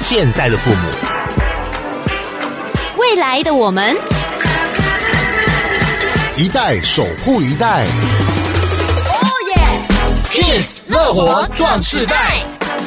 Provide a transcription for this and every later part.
现在的父母， 未来的我们， 一代守护一代。 Kiss 乐活壮世代。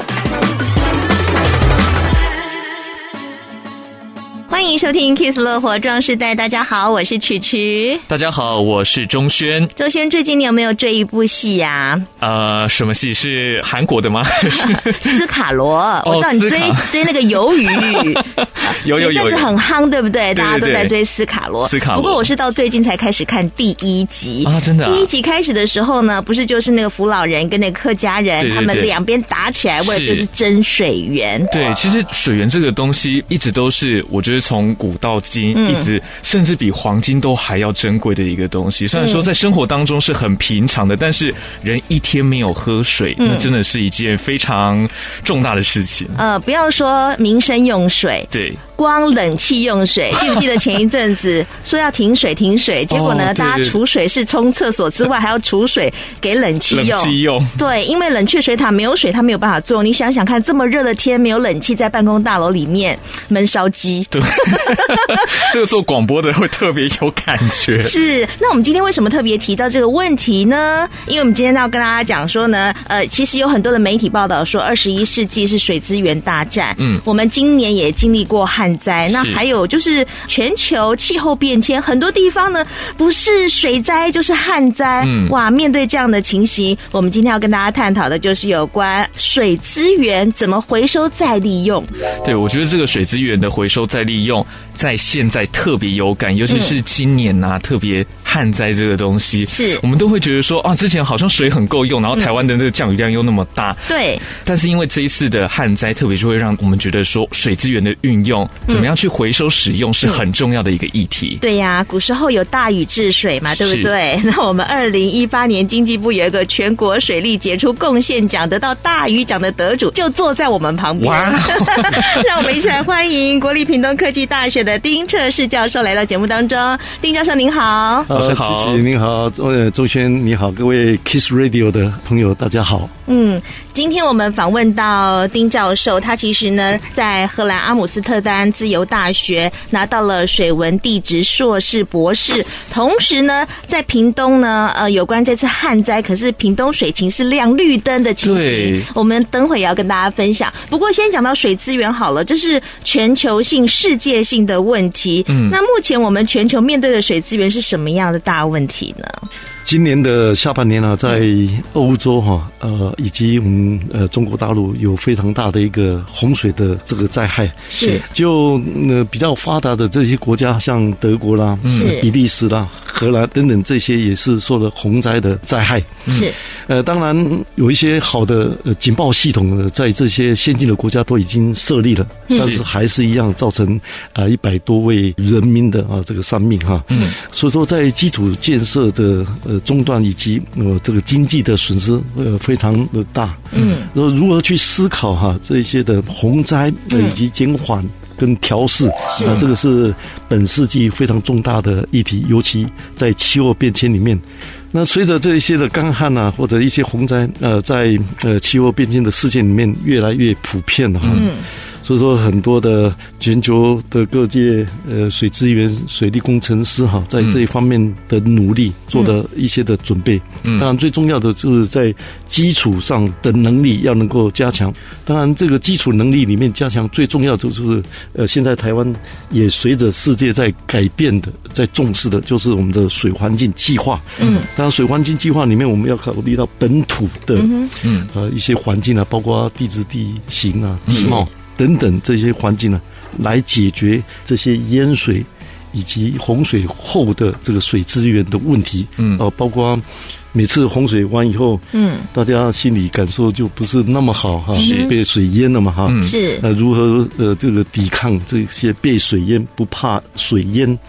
欢迎收听 Kiss 乐活壮世代，大家好，我是曲曲。 大家好，我是钟轩。 钟轩，最近你有没有追一部戏呀？ 什么戏？是韩国的吗？ 斯卡罗，我知道你追那个鱿鱼， 有， 这次很夯，对不对？大家都在追斯卡罗。不过我是到最近才开始看第一集啊，真的啊。 第一集开始的时候呢，不是就是那个福老人跟那个客家人， 对， 他们两边打起来，为了就是争水源。 对，其实水源这个东西一直都是，我觉得从古到今，一直甚至比黄金都还要珍贵的一个东西。虽然说在生活当中是很平常的，但是人一天没有喝水，那真的是一件非常重大的事情。 不要说民生用水， 对。 光冷气用水，记不记得前一阵子说要停水，结果呢，大家储水是冲厕所之外，还要储水给冷气用。对，因为冷却水塔没有水，它没有办法作用。你想想看，这么热的天，没有冷气，在办公大楼里面闷烧鸡。 对，这个做广播的会特别有感觉。 是，那我们今天为什么特别提到这个问题呢？因为我们今天要跟大家讲说呢，其实有很多的媒体报道说，21世纪是水资源大战。我们今年也经历过旱灾，那还有就是全球气候变迁，很多地方呢不是水灾就是旱灾。哇，面对这样的情形，我们今天要跟大家探讨的就是有关水资源怎么回收再利用。 对，我觉得这个水资源的回收再利用在现在特别有感，尤其是今年啊，特别旱灾这个东西， 是我们都会觉得说啊，之前好像水很够用，然后台湾的这个降雨量又那么大， 对。 但是因为这一次的旱灾，特别就会让我们觉得说，水资源的运用怎么样去回收使用是很重要的一个议题。 对呀，古时候有大禹治水嘛，对不对？那我们2018年经济部有一个全国水利杰出贡献奖，得到大禹奖的得主就坐在我们旁边。哇！让我们一起来欢迎国立屏东科技大学的丁澈士教授来到节目当中。丁教授您好。 老师好。 您好，周轩你好，各位 Kiss Radio 的朋友大家好。 今天我们访问到丁教授，他其实呢在荷兰阿姆斯特丹自由大学拿到了水文地质硕士博士，同时呢在屏东呢有关这次旱灾，可是屏东水情是亮绿灯的情形，我们等会也要跟大家分享。不过先讲到水资源好了，这是全球性世界性的问题。那目前我们全球面对的水资源是什么样的大问题呢？ 今年的下半年啊，在欧洲以及我们中国大陆有非常大的一个洪水的这个灾害。 是， 就比较发达的这些国家，像德国啦、比利时啦、荷兰等等，这些也是受了洪灾的灾害。 是， 当然有一些好的警报系统在这些先进的国家都已经设立了，但是还是一样造成100多位人民的这个丧命哈。所以说在基础建设的中断以及这个经济的损失非常的大。如何去思考这些的洪灾以及减缓跟调试，这个是本世纪非常重大的议题，尤其在气候变迁里面。那随着这一些的干旱啊，或者一些洪灾，在气候变迁的事件里面越来越普遍了。所以说很多的全球的各界水资源水利工程师在这一方面的努力做了一些的准备。当然最重要的就是在基础上的能力要能够加强。当然这个基础能力里面加强最重要的就是现在台湾也随着世界在改变的，在重视的就是我们的水环境计划。当然水环境计划里面我们要考虑到本土的一些环境啊，包括地质地形啊、地貌等等这些环境呢，来解决这些淹水以及洪水后的这个水资源的问题。包括每次洪水完以后，大家心理感受就不是那么好被水淹了嘛是如何这个抵抗这些被水淹，不怕水淹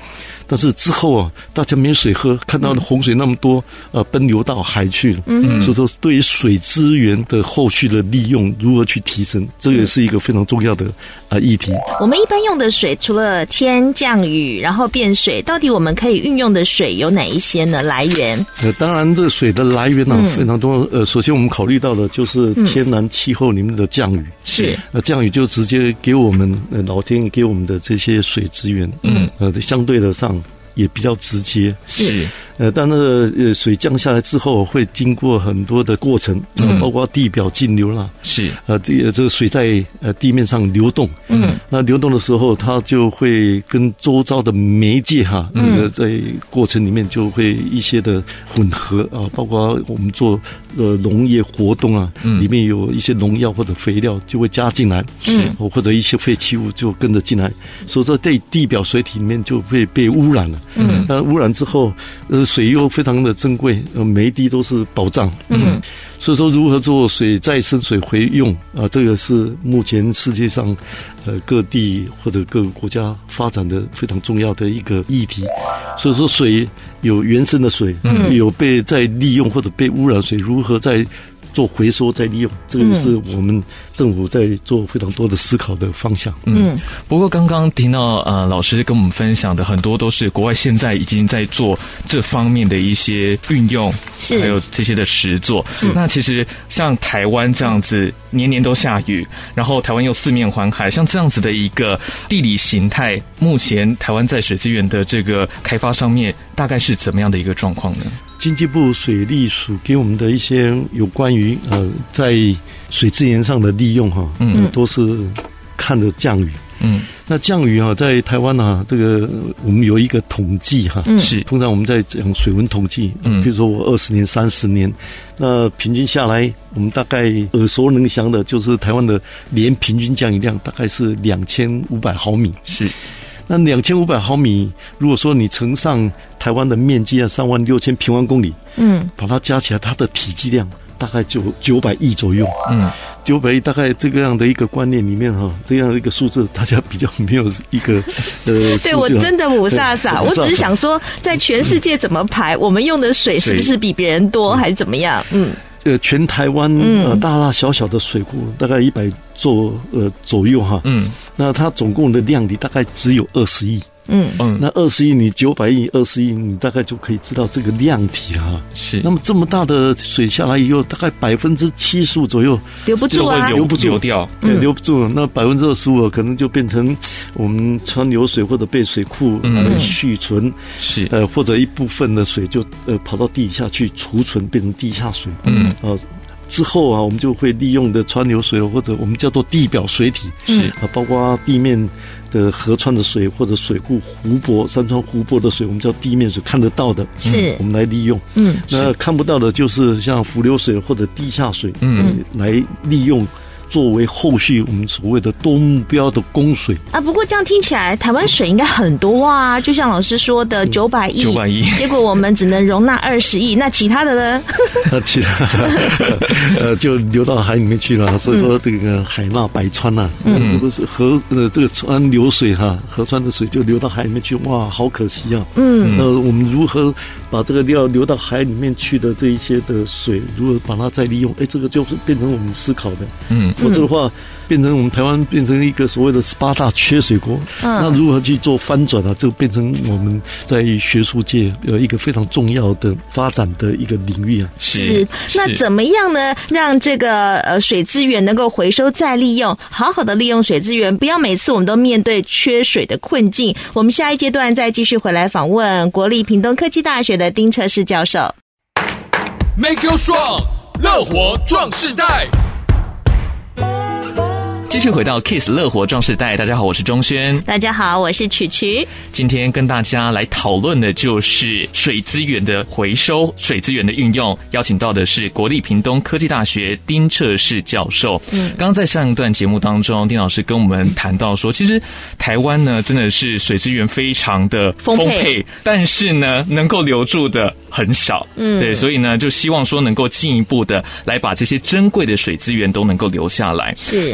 但是之后啊，大家没水喝，看到洪水那么多，奔流到海去了。所以说，对于水资源的后续的利用，如何去提升，这个也是一个非常重要的议题。 我们一般用的水，除了天降雨，然后变水，到底我们可以运用的水有哪一些呢？来源？当然，这个水的来源呢非常多。首先我们考虑到的就是天然气候里面的降雨， 是降雨就直接给我们老天给我们的这些水资源，相对的上也比较直接。 是但水降下来之后，会经过很多的过程，包括地表径流啦， 是这个水在地面上流动，那流动的时候，它就会跟周遭的媒介在过程里面就会一些的混合啊，包括我们做农业活动啊，里面有一些农药或者肥料就会加进来，或者一些废弃物就跟着进来，所以说在地表水体里面就会被污染了。那污染之后，水又非常的珍贵，每一滴都是宝藏。所以说如何做水再生水回用啊，这个是目前世界上各地或者各个国家发展的非常重要的一个议题。所以说水有原生的水，有被再利用或者被污染水，如何再做回收再利用，这个是我们政府在做非常多的思考的方向。 不过刚刚听到老师跟我们分享的很多都是国外现在已经在做这方面的一些运用，还有这些的实作。那其实像台湾这样子年年都下雨，然后台湾又四面环海，像这样子的一个地理形态，目前台湾在水资源的这个开发上面大概是怎么样的一个状况呢？ 经济部水利署给我们的一些有关于在水资源上的利用都是看着降雨。那降雨在台湾这个我们有一个统计是通常我们在讲水文统计，比如说我20年、30年，那平均下来，我们大概耳熟能详的就是台湾的年平均降雨量大概是2500毫米。是。那2500毫米，如果说你乘上台湾的面积36000平方公里，把它加起来，它的体积量大概就900亿左右。900亿大概这个样的一个观念里面这样的一个数字，大家比较没有一个对，我真的五煞煞，我只是想说，在全世界怎么排，我们用的水是不是比别人多，还是怎么样？ 全台湾大大小小的水库大概100座左右那它总共的量体大概只有20亿。那20亿你900亿20亿，你大概就可以知道这个量体是。那么这么大的水下来以后，大概75%左右留不住啊， 留不住， 流掉， 留不住。那25%可能就变成我们川流水或者被水库蓄存，是或者一部分的水就跑到地下去储存，变成地下水。之后我们就会利用的川流水或者我们叫做地表水体，是包括地面的河川的水或者水库、湖泊、山川、湖泊的水，我们叫地面水，看得到的，是我们来利用。那看不到的就是像浮流水或者地下水，来利用。作为后续我们所谓的多目标的供水不过这样听起来，台湾水应该很多啊，就像老师说的900亿，结果我们只能容纳20亿，那其他的呢？ 其他就流到海里面去了。所以说这个海纳百川不是河这个川流水河川的水就流到海里面去，哇，好可惜啊。我们如何把这个要流到海里面去的这一些的水，如何把它再利用？这个就是变成我们思考的。否则的话，变成我们台湾变成一个所谓的8大缺水国。那如何去做翻转就变成我们在学术界有一个非常重要的发展的一个领域是。那怎么样呢？让这个水资源能够回收再利用，好好的利用水资源，不要每次我们都面对缺水的困境。我们下一阶段再继续回来访问国立屏东科技大学的丁澈士教授。 Make you strong， 乐活壮世代。 继续回到 Kiss 乐活壮世代，大家好，我是钟轩。 大家好，我是曲曲。 今天跟大家来讨论的就是水资源的回收、水资源的运用。邀请到的是国立屏东科技大学丁澈士教授。刚刚在上一段节目当中，丁老师跟我们谈到说，其实台湾呢真的是水资源非常的丰沛，但是呢能够留住的很少。对，所以呢就希望说能够进一步的来把这些珍贵的水资源都能够留下来。是。那其实呢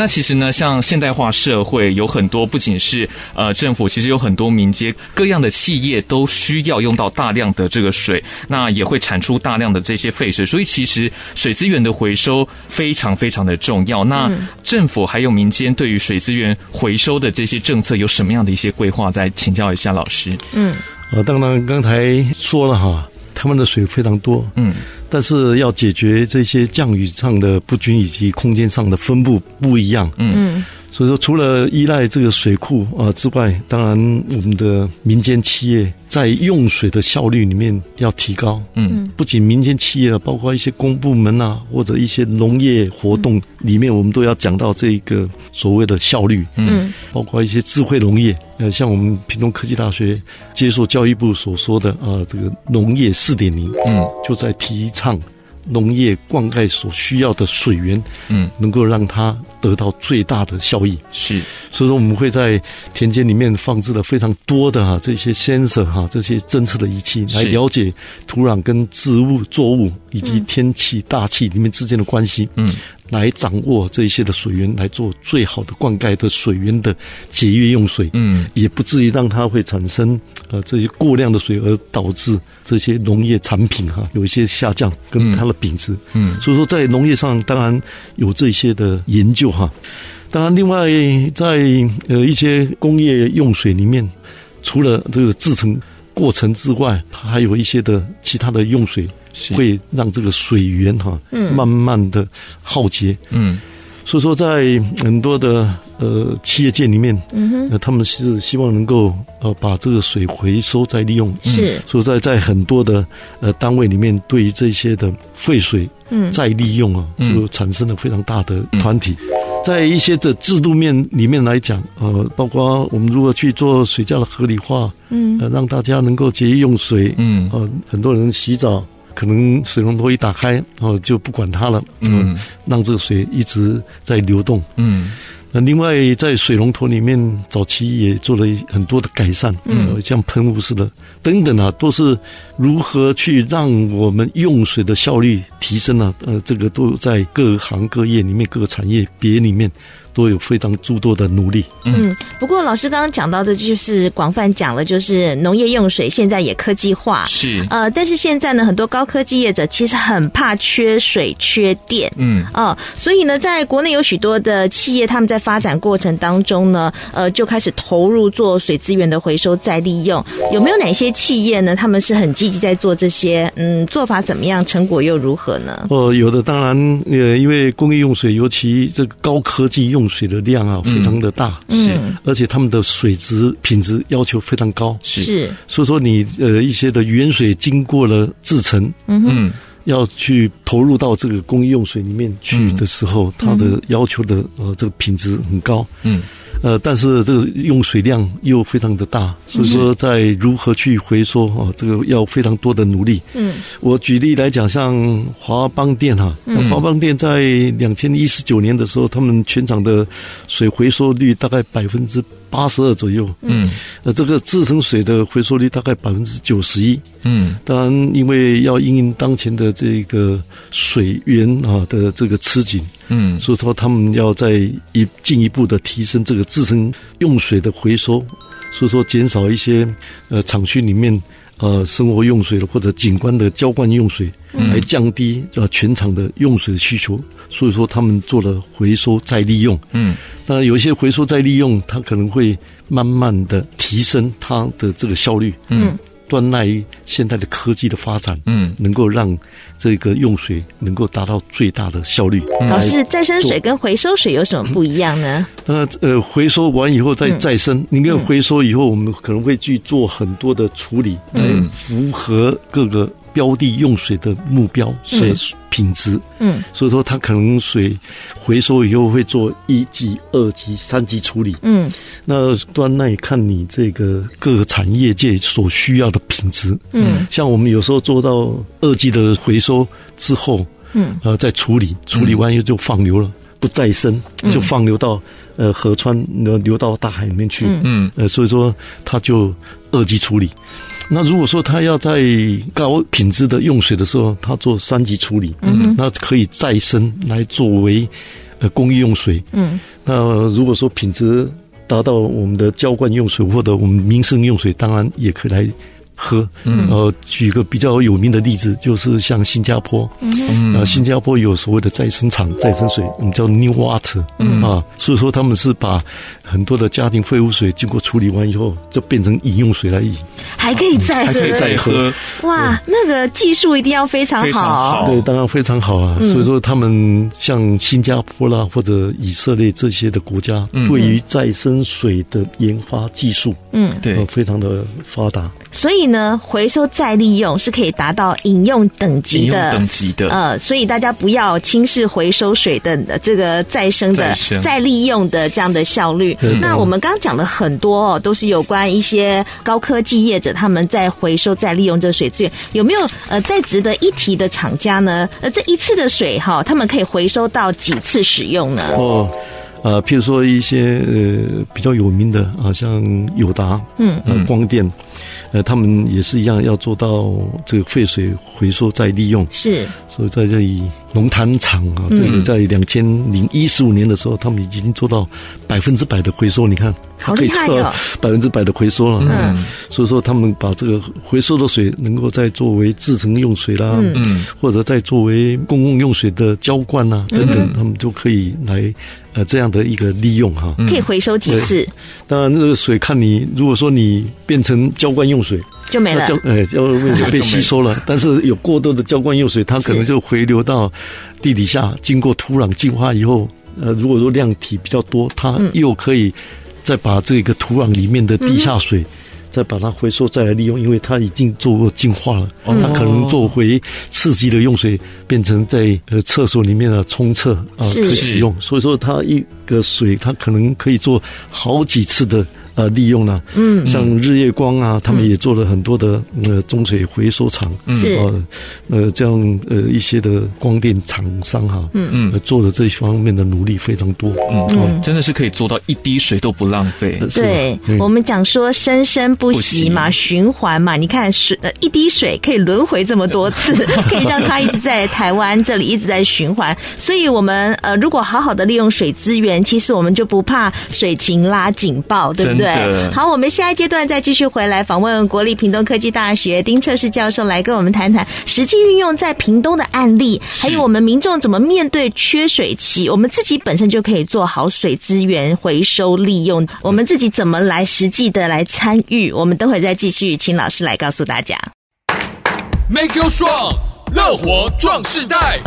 呢，像现代化社会有很多不仅是政府，其实有很多民间各样的企业都需要用到大量的这个水，那也会产出大量的这些废水，所以其实水资源的回收非常非常的重要。那政府还有民间对于水资源回收的这些政策有什么样的一些规划？再请教一下老师。 当然刚才说了哈，他们的水非常多，但是要解决这些降雨上的不均以及空间上的分布不一样，所以说除了依赖这个水库之外，当然我们的民间企业在用水的效率里面要提高，不仅民间企业，包括一些公部门啊，或者一些农业活动里面，我们都要讲到这个所谓的效率，包括一些智慧农业，像我们屏东科技大学接受教育部所说的这个农业 4.0，就在提倡农业灌溉所需要的水源，能够让它得到最大的效益。 是， 所以说我们会在田间里面放置了非常多的这些 sensor 这些侦测的仪器，来了解土壤跟植物、作物以及天气、大气里面之间的关系，来掌握这一些的水源，来做最好的灌溉的水源的节约用水，也不至于让它会产生这些过量的水，而导致这些农业产品有一些下降跟它的品质。所以说在农业上当然有这些的研究当然另外在一些工业用水里面，除了这个制成过程之外，它还有一些的其他的用水会让这个水源慢慢的耗竭。所以说在很多的企业界里面，他们是希望能够把这个水回收再利用。是，所以在很多的单位里面，对于这些的废水再利用就产生了非常大的团体。在一些的制度面里面来讲，包括我们如何去做水价的合理化，让大家能够节约用水，很多人洗澡可能水龙头一打开，就不管它了，让这个水一直在流动，那另外在水龙头里面早期也做了很多的改善，像喷雾式的等等都是如何去让我们用水的效率提升这个都在各行各业里面各个产业别里面都有非常诸多的努力。 不过老师刚刚讲到的就是广泛讲了，就是农业用水现在也科技化，是但是现在呢，很多高科技业者其实很怕缺水缺电，所以呢，在国内有许多的企业，他们在发展过程当中呢，就开始投入做水资源的回收再利用。有没有哪些企业呢？他们是很积极在做这些？做法怎么样？成果又如何呢？ 有的，当然，因为工业用水，尤其这个高科技用水的量非常的大，而且他们的水质品质要求非常高，是，所以说你一些的原水经过了制成，要去投入到这个工业用水里面去的时候，它的要求的这个品质很高，但是这个用水量又非常的大，所以说在如何去回收这个要非常多的努力。我举例来讲，像华邦电华邦电在2019年的时候，他们全场的水回收率大概82%左右，这个制成水的回收率大概91%。当然因为要因应当前的这个水源的这个吃紧，所以说他们要再进一步的提升这个制成用水的回收，所以说减少一些厂区里面生活用水的或者景观的浇灌用水，来降低全场的用水的需求。所以说他们做了回收再利用。那有一些回收再利用，它可能会慢慢的提升它的这个效率。端赖于现在的科技的发展，能够让这个用水能够达到最大的效率。 老师，再生水跟回收水有什么不一样呢？ 回收完以后再生，你跟回收以后，我们可能会去做很多的处理，符合各个标的用水的目标的品质。所以说它可能水回收以后会做1级、2级、3级处理。那端赖看你这个各个产业界所需要的品质。像我们有时候做到2级的回收之后，再处理完以后就放流了，不再生，就放流到河川流到大海里面去。所以说它就2级处理。那如果说他要在高品质的用水的时候，他做3级处理，那可以再生来作为公寓用水。那如果说品质达到我们的浇灌用水或者我们民生用水，当然也可以来喝。举个比较有名的例子，就是像新加坡。新加坡有所谓的再生厂、再生水，我们叫 New Water。所以说他们是把很多的家庭废污水经过处理完以后，就变成饮用水来饮， 还可以再喝， 还可以再喝。 哇，那个技术一定要非常好。 对，当然非常好啊。所以说他们像新加坡啦或者以色列这些的国家，对于再生水的研发技术，对，非常的发达。 所以呢，回收再利用是可以达到饮用等级的，所以大家不要轻视回收水的这个再生的、再利用的这样的效率。那我们刚刚讲了很多都是有关一些高科技业者他们在回收再利用这个水资源，有没有再值得一提的厂家呢？这一次的水他们可以回收到几次使用呢？ 譬如说一些比较有名的像友达，光电，他们也是一样要做到这个废水回收再利用。是，所以在这里龙潭厂这个在2015年的时候，他们已经做到100%的回收。你看，它可以做到100%的回收了。所以说他们把这个回收的水能够再作为制成用水啦，或者再作为公共用水的浇灌啊等等，他们就可以来这样的一个利用哈。 可以回收几次？ 当然，这个水看你，如果说你变成浇灌用水就没了， 就被吸收了。但是有过多的浇灌用水，它可能就回流到地底下，经过土壤净化以后，如果说量体比较多，它又可以再把这个土壤里面的地下水再把它回收再来利用，因为它已经做过净化了，它可能做回次级的用水，变成在厕所里面的冲厕可以使用。所以说它一个水它可能可以做好几次的利用了。像日月光啊，他们也做了很多的中水回收厂，这样一些的光电厂商哈，做的这方面的努力非常多。 真的是可以做到一滴水都不浪费。 对，我们讲说生生不息嘛，循环嘛，你看水一滴水可以轮回这么多次，可以让它一直在台湾这里一直在循环。所以我们如果好好的利用水资源，其实我们就不怕水情拉警报，对不对？好，我们下一阶段再继续回来访问国立屏东科技大学丁澈士教授，来跟我们谈谈实际运用在屏东的案例，还有我们民众怎么面对缺水期，我们自己本身就可以做好水资源回收利用，我们自己怎么来实际的来参与，我们等会再继续请老师来告诉大家。 Make you strong， 乐活壮世代。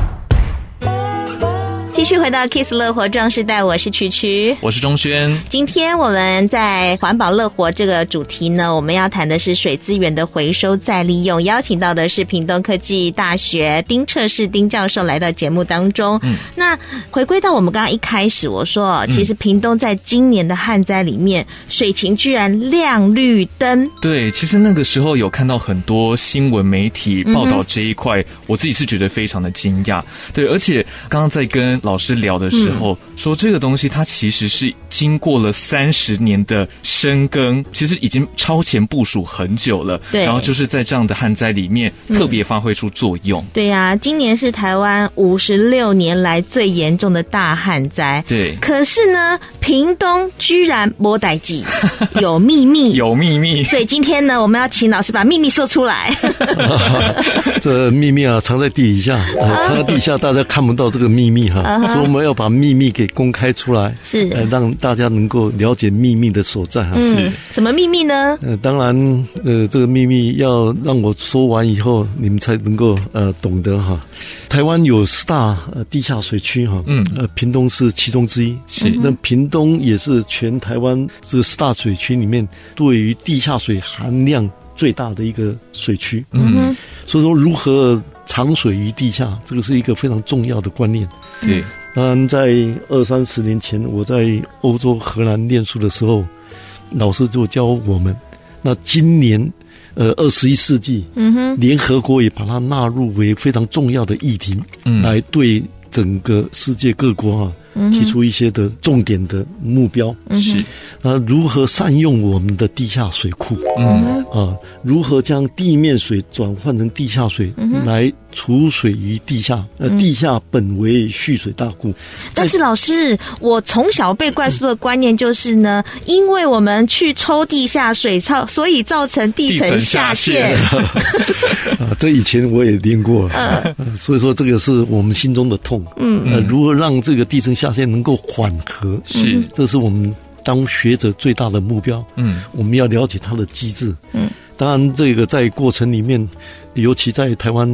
继续回到 Kiss 乐活壮世代，我是曲曲， 我是钟轩。 今天我们在环保乐活这个主题呢，我们要谈的是水资源的回收再利用，邀请到的是屏东科技大学丁澈士丁教授来到节目当中。那回归到我们刚刚一开始我说，其实屏东在今年的旱灾里面，水情居然亮绿灯。 对，其实那个时候有看到很多新闻媒体报道这一块，我自己是觉得非常的惊讶。对，而且刚刚在跟老师聊的时候，说这个东西它其实是经过了30年的深耕，其实已经超前部署很久了。对，然后就是在这样的旱灾里面特别发挥出作用。 对啊，今年是台湾56年来最严重的大旱灾。对，可是呢，屏东居然没代志，有秘密， 有秘密。 所以今天呢，我们要请老师把秘密说出来。 这秘密啊，藏在地底下，藏在地下，大家看不到这个秘密哈。所以我们要把秘密给公开出来，是让大家能够了解秘密的所在哈。 是什么秘密呢？ 当然，这个秘密要让我说完以后，你们才能够懂得哈。台湾有4大地下水区哈，屏东是其中之一。是，那屏东也是全台湾这4大水区里面对于地下水含量最大的一个水区。所以说如何藏水于地下，这个是一个非常重要的观念。对，当然在20-30年前，我在欧洲荷兰念书的时候，老师就教我们。那今年21世纪，联合国也把它纳入为非常重要的议题，来对整个世界各国提出一些的重点的目标。是，如何善用我们的地下水库？如何将地面水转换成地下水，来储水于地下，地下本为蓄水大库。 但是老师，我从小被灌输的观念就是呢，因为我们去抽地下水，所以造成地层下陷。 这以前我也练过，所以说这个是我们心中的痛。如何让这个地层下陷能够缓和？ 是， 这是我们当学者最大的目标。我们要了解它的机制。当然，这个在过程里面，尤其在台湾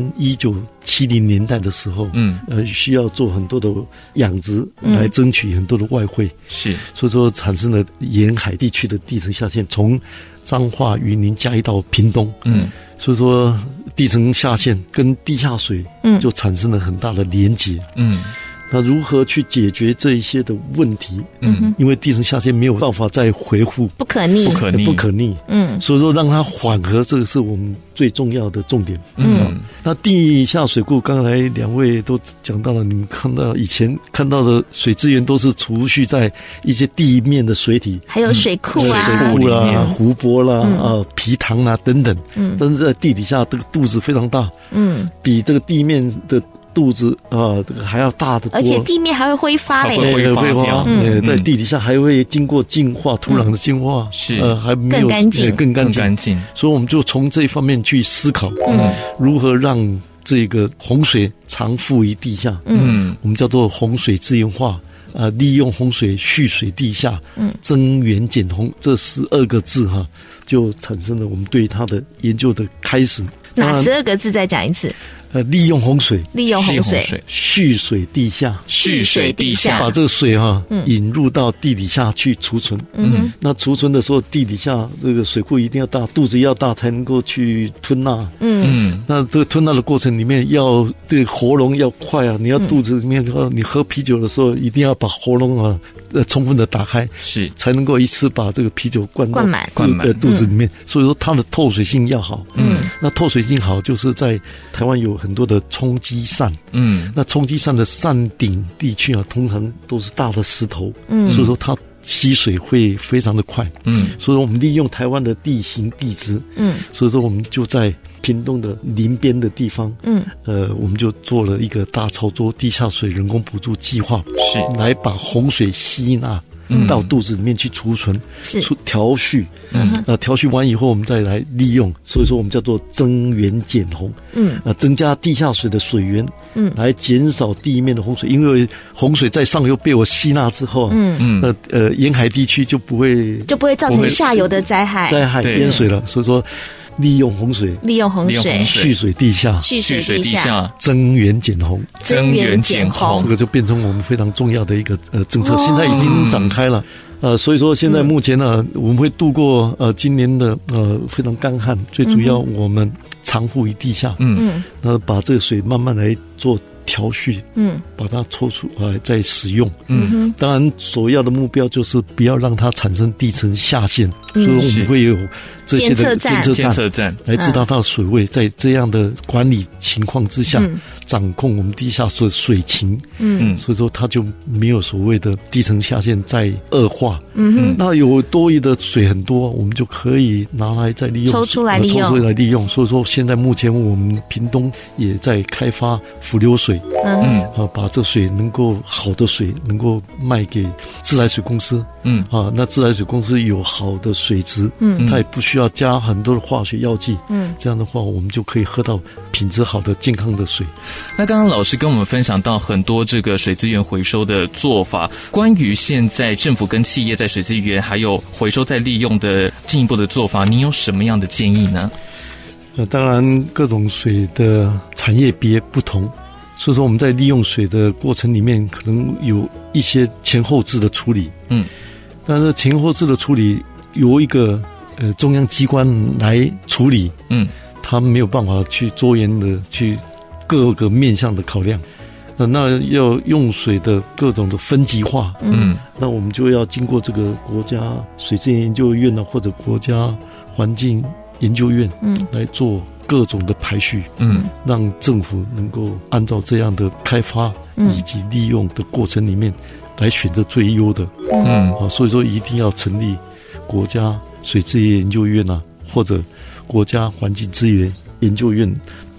1970年代的时候，需要做很多的养殖来争取很多的外汇， 是， 所以说产生了沿海地区的地层下陷，从彰化、云林、嘉义到屏东，所以说地层下陷跟地下水就产生了很大的连结，那如何去解决这一些的问题？因为地层下陷没有办法再恢复， 不可逆， 所以说让它缓和，这个是我们最重要的重点。那地下水库，刚才两位都讲到了，你们看到以前看到的水资源都是储蓄在一些地面的水体， 还有水库啊、 水库啦、湖泊啦、皮塘啦等等。但是在地底下这个肚子非常大，比这个地面的肚子这个还要大的多， 而且地面还会挥发嘞， 挥发，在地底下还会经过净化，土壤的净化， 是还没有更干净，所以我们就从这一方面去思考，如何让这个洪水藏覆于地下，我们叫做洪水资源化。利用洪水蓄水地下，增源减洪，这12个字就产生了我们对它的研究的开始。 哪12个字？再讲一次。 利用洪水，蓄水地下，把这个水引入到地底下去储存。那储存的时候，地底下这个水库一定要大，肚子要大才能够去吞纳。那这个吞纳的过程里面，要这个喉咙要快啊！你要肚子里面，你喝啤酒的时候，一定要把喉咙充分的打开， 是才能够一次把这个啤酒灌满肚子里面。所以说它的透水性要好。那透水性好，就是在台湾有很多的冲积扇，那冲积扇的扇顶地区通常都是大的石头，所以说它吸水会非常的快，所以说我们利用台湾的地形地质，所以说我们就在屏东的林边的地方，我们就做了一个大潮州地下水人工补助计划， 是来把洪水吸纳到肚子里面去储存，调蓄，调蓄完以后我们再来利用，所以说我们叫做增源减洪，增加地下水的水源，来减少地面的洪水，因为洪水在上游被我吸纳之后，沿海地区就不会造成下游的灾害淹水了，所以说。利用洪水，蓄水地下，增源减洪，这个就变成我们非常重要的一个政策，现在已经展开了。所以说现在目前呢，我们会度过今年的非常干旱，最主要我们藏覆于地下，把这个水慢慢来做调蓄，把它抽出来再使用，当然首要的目标就是不要让它产生地层下陷，所以我们会有这些的监测站来知道它的水位，在这样的管理情况之下，掌控我们地下的水情，所以说它就没有所谓的地层下陷再恶化，那有多余的水很多，我们就可以拿来再利用， 抽出来利用，所以说现在目前我们屏东也在开发浮流水，把这水能够好的水能够卖给自来水公司，那自来水公司有好的水质，它也不需要加很多的化学药剂，这样的话我们就可以喝到品质好的健康的水。 那刚刚老师跟我们分享到很多这个水资源回收的做法，关于现在政府跟企业在水资源还有回收再利用的进一步的做法，您有什么样的建议呢？ 当然各种水的产业别不同，所以说我们在利用水的过程里面可能有一些前后置的处理，但是前后置的处理由一个中央机关来处理，他没有办法去周延的去各个面向的考量，那要用水的各种的分级化，那我们就要经过这个国家水资源研究院或者国家环境研究院，来做各种的排序，让政府能够按照这样的开发以及利用的过程里面来选择最优的，所以说一定要成立国家水资源研究院或者国家环境资源研究院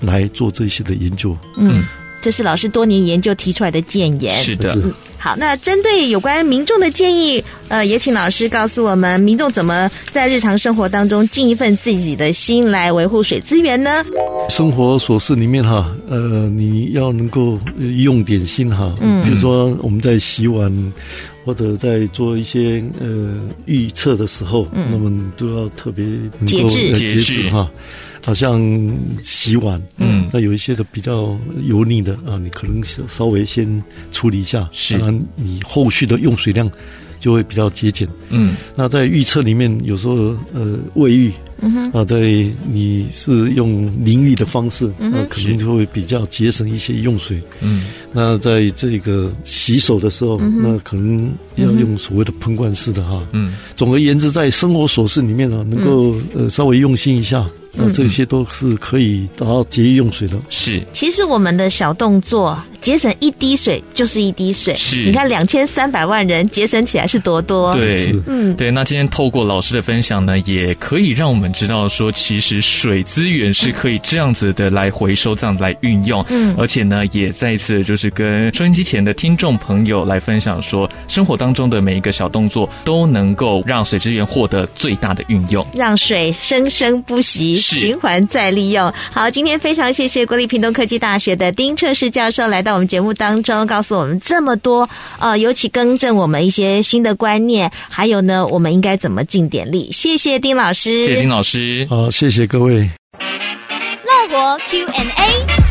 来做这些的研究。 这是老师多年研究提出来的建言。 是的。 好，那针对有关民众的建议，也请老师告诉我们，民众怎么在日常生活当中尽一份自己的心来维护水资源呢？ 生活琐事里面哈，你要能够用点心哈，比如说我们在洗碗或者在做一些预测的时候，那么都要特别能够节制哈。好像洗碗，那有一些的比较油腻的啊，你可能稍微先处理一下，当然你后续的用水量就会比较节俭。那在预测里面，有时候卫浴在你是用淋浴的方式，肯定就会比较节省一些用水。那在这个洗手的时候，那可能要用所谓的喷灌式的哈。总而言之，在生活琐事里面呢，能够稍微用心一下。这些都是可以达到节约用水的。是， 其实我们的小动作节省一滴水就是一滴水。是，你看2300万人节省起来是多多。 对，对。那今天透过老师的分享呢，也可以让我们知道说，其实水资源是可以这样子的来回收，这样来运用。而且呢，也再一次就是跟收音机前的听众朋友来分享说，生活当中的每一个小动作都能够让水资源获得最大的运用， 让水生生不息。循环再利用。好，今天非常谢谢国立屏东科技大学的丁澈士教授来到我们节目当中，告诉我们这么多尤其更正我们一些新的观念，还有呢我们应该怎么尽点力。谢谢丁老师。 谢谢丁老师。 好，谢谢各位。 乐活 Q&A。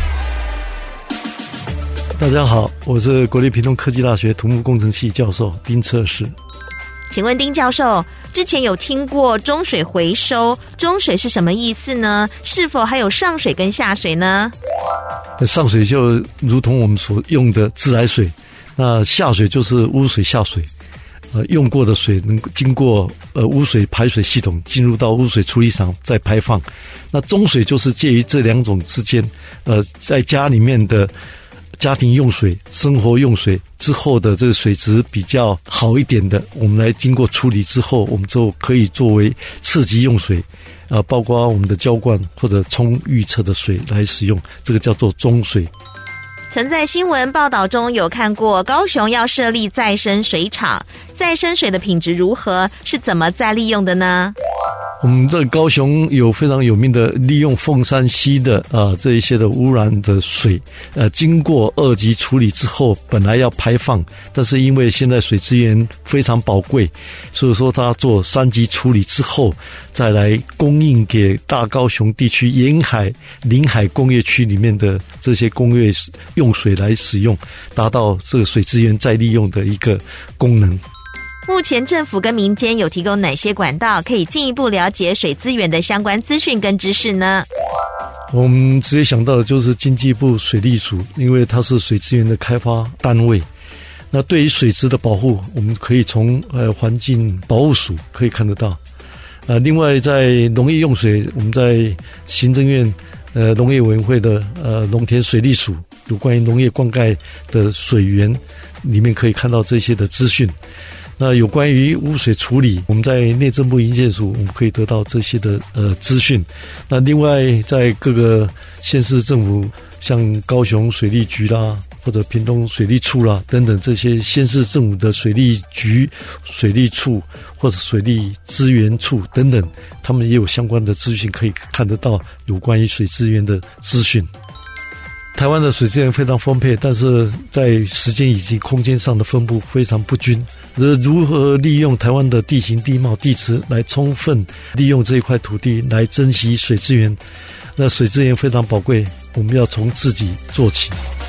大家好，我是国立屏东科技大学土木工程系教授丁澈士。 请问丁教授，之前有听过中水回收，中水是什么意思呢？是否还有上水跟下水呢？ 上水就如同我们所用的自来水，那下水就是污水下水，用过的水能经过污水排水系统进入到污水处理厂再排放。那中水就是介于这两种之间，在家里面的家庭用水、生活用水之后的这个水质比较好一点的，我们来经过处理之后，我们就可以作为次级用水，包括我们的浇灌或者冲预测的水来使用，这个叫做中水。 曾在新闻报道中有看过高雄要设立再生水厂，再生水的品质如何？是怎么再利用的呢？ 我们这高雄有非常有名的利用凤山溪的这一些的污染的水，经过2级处理之后，本来要排放，但是因为现在水资源非常宝贵，所以说它做3级处理之后，再来供应给大高雄地区沿海、临海工业区里面的这些工业用水来使用，达到这个水资源再利用的一个功能。 目前政府跟民间有提供哪些管道可以进一步了解水资源的相关资讯跟知识呢？ 我们直接想到的就是经济部水利署，因为它是水资源的开发单位。那对于水质的保护，我们可以从环境保护署可以看得到。另外在农业用水，我们在行政院农业委员会的农田水利署有关于农业灌溉的水源里面可以看到这些的资讯。那有关于污水处理，我们在内政部营建署我们可以得到这些的资讯。那另外在各个县市政府，像高雄水利局啦，或者屏东水利处啦等等，这些县市政府的水利局、水利处或者水利资源处等等，他们也有相关的资讯可以看得到有关于水资源的资讯。台湾的水资源非常丰沛，但是在时间以及空间上的分布非常不均。如何利用台湾的地形地貌地质来充分利用这一块土地来珍惜水资源？那水资源非常宝贵，我们要从自己做起。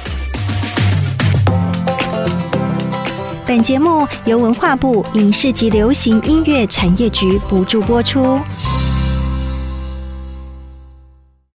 本节目由文化部影视及流行音乐产业局补助播出。